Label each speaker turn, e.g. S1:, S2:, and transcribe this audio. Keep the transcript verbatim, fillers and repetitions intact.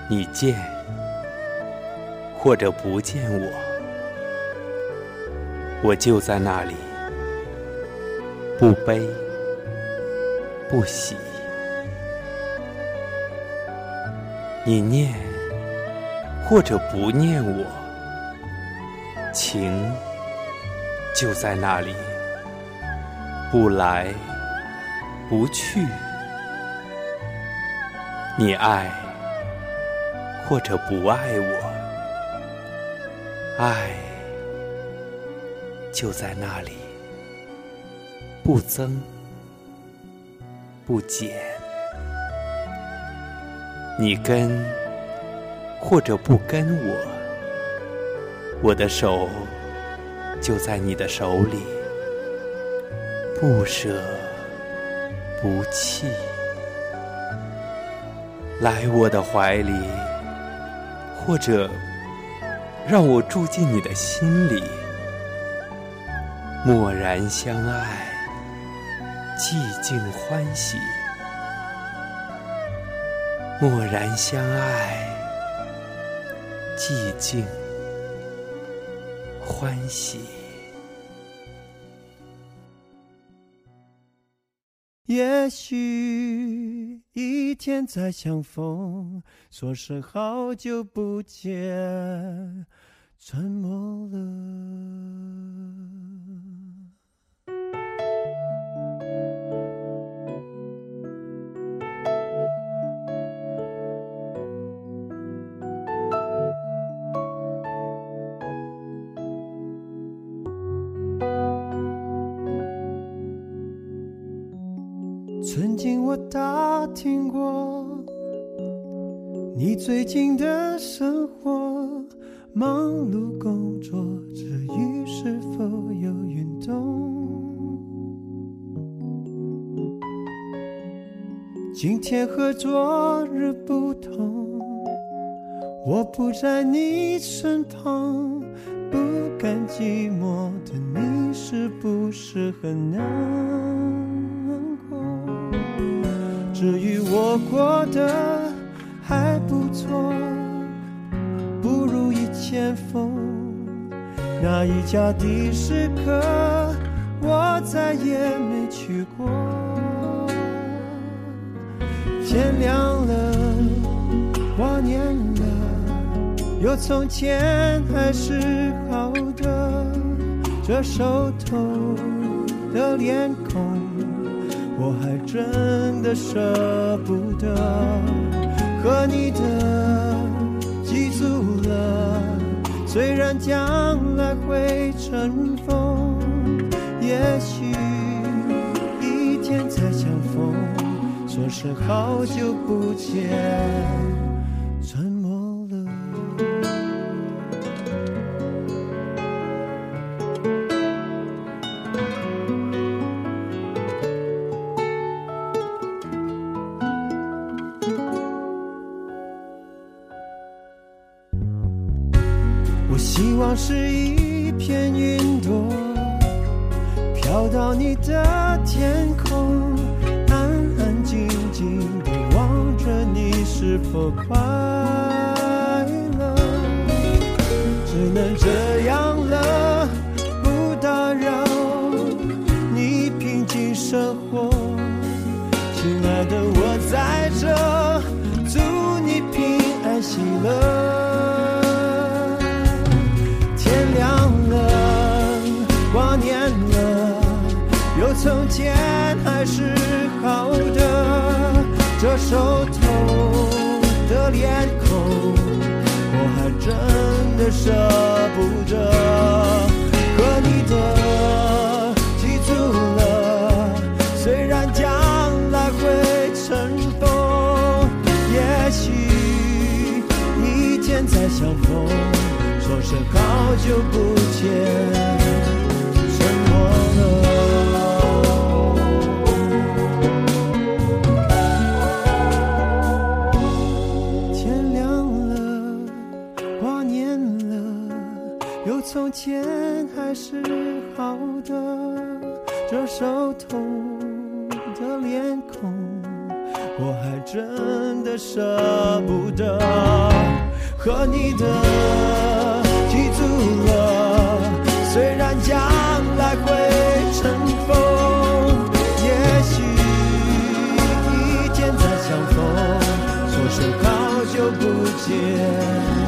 S1: 你见或者不见我，我就在那里，不悲不喜。你念或者不念我，情就在那里，不来不去。你爱或者不爱我，爱就在那里，不增不减。你跟或者不跟我，我的手就在你的手里，不舍不弃。来我的怀里，或者让我住进你的心里，默然相爱，寂静欢喜。默然相爱，寂静欢喜。
S2: 也许一天再相逢，说声好久不见，沉默了。曾经我打听过你最近的生活，忙碌工作之余是否有运动？今天和昨日不同，我不在你身旁，不甘寂寞的你是不是很难过？至于我过得还不错，不如意前锋，那一家的士客我再也没去过。天亮了，挂念了，有从前还是好的，这熟透的脸孔我还真的舍不得，和你的记住了，虽然将来会尘封，也许一天再相逢，说声好久不见，沉默了。我希望是一片云朵，飘到你的天空，安安静静地望着你是否快乐。只能这样了，不打扰你平静生活。亲爱的，我在这，祝你平安喜乐。天亮了，挂念了，有从前还是好的，这熟透的脸孔我还真的舍不得，和你的记住了，虽然将来会尘封，也许一天再相逢，说声好久不见，沉默了。天亮了，挂念了，有从前还是好的，这熟透的脸孔我还真的舍不得和你的记住了，虽然将来会尘封，也许一天再相逢，说声好久不见。